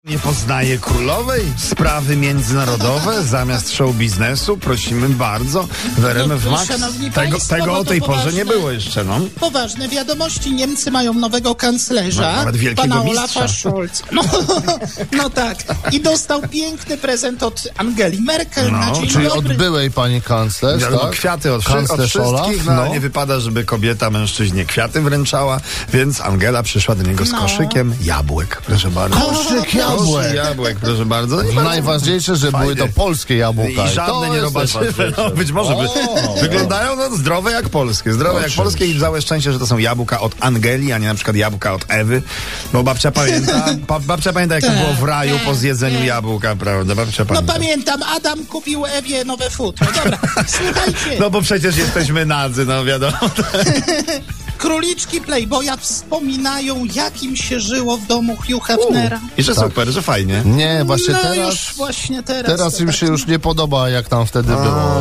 Nie poznaje królowej? Sprawy międzynarodowe zamiast show biznesu? Prosimy bardzo. W RMF Max. Szanowni państwo, Tego o tej porze nie poważne- było jeszcze, no. Poważne wiadomości. Niemcy mają nowego kanclerza, No, nawet wielkiego pana mistrza. Olafa Scholza. No tak. I dostał piękny prezent od Angeli Merkel No, na dzień Czyli od dobry. byłej pani kanclerz, Wiadomo, tak? kwiaty od Kanclerz Olaf, wszystkich, no, ale nie wypada, żeby kobieta mężczyźnie kwiaty wręczała, więc Angela przyszła do niego z No. koszykiem jabłek, proszę bardzo. Koszyk jabłek. Koszyk jabłek, proszę bardzo. No i bardzo Najważniejsze, że fajnie. były to polskie jabłka. I żadne to nie jest robaczywe. najważniejsze. No, być może wyglądają zdrowe jak polskie. Zdrowe jak Oczywiście. polskie i całe szczęście, że to są jabłka od Angeli, a nie na przykład jabłka od Ewy, bo babcia pamięta, jak to było w raju po zjedzeniu jabłka, prawda? Babcia No pamięta. pamiętam, Adam kupił Ewie nowe futro. Dobra, słuchajcie. No bo przecież jesteśmy nadzy, no wiadomo. Króliczki Playboya wspominają, jakim się żyło w domu Hugh Hefnera. I że super, że fajnie. Nie, właśnie No teraz... już właśnie teraz. Teraz to im tak się już nie podoba, jak tam wtedy było.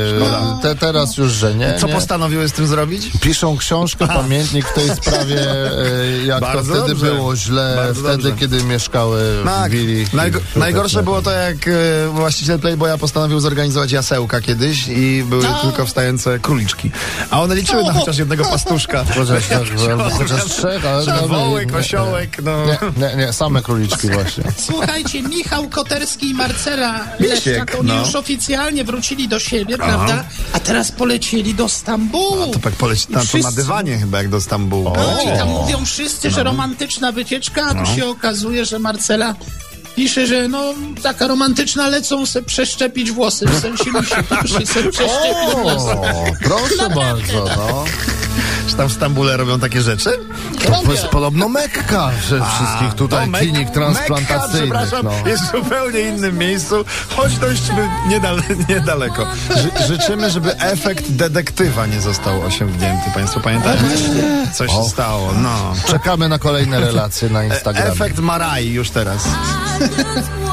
Teraz już, że nie. Co nie. postanowiły z tym zrobić? Piszą książkę, pamiętnik w tej sprawie, jak to Bardzo wtedy dobrze. było źle, Bardzo wtedy, dobrze. kiedy mieszkały Tak. w willi. Najgorsze było to, jak właściciel Playboya postanowił zorganizować jasełka kiedyś i były tylko wstające króliczki. A one liczyły na chociaż jednego pastuszka. Chociaż trzech, ale... Wołek, osiołek, no. Nie, same króliczki właśnie. Słuchajcie, Michał Koterski i Marcela Misiek, Leszczak, oni no. już oficjalnie wrócili do siebie, prawda? A teraz polecieli do Stambułu. To tak poleci to Wszyscy- na dywanie chyba, jak do Stambułu. No polecieli. i tam mówią wszyscy, że romantyczna wycieczka, a tu się okazuje, że Marcela pisze, że no taka romantyczna, lecą se przeszczepić włosy, w sensie misi, poszli se przeszczepić włosy. O, proszę bardzo, no. Czy tam w Stambule robią takie rzeczy? To jest podobno Mekka, że wszystkich tutaj No, klinik Mekka, transplantacyjnych, przepraszam, no. jest w zupełnie innym miejscu, choć dość niedaleko. Życzymy, żeby efekt detektywa nie został osiągnięty. Państwo pamiętacie? Co się stało? No. Czekamy na kolejne relacje na Instagramie. Efekt Marai już teraz.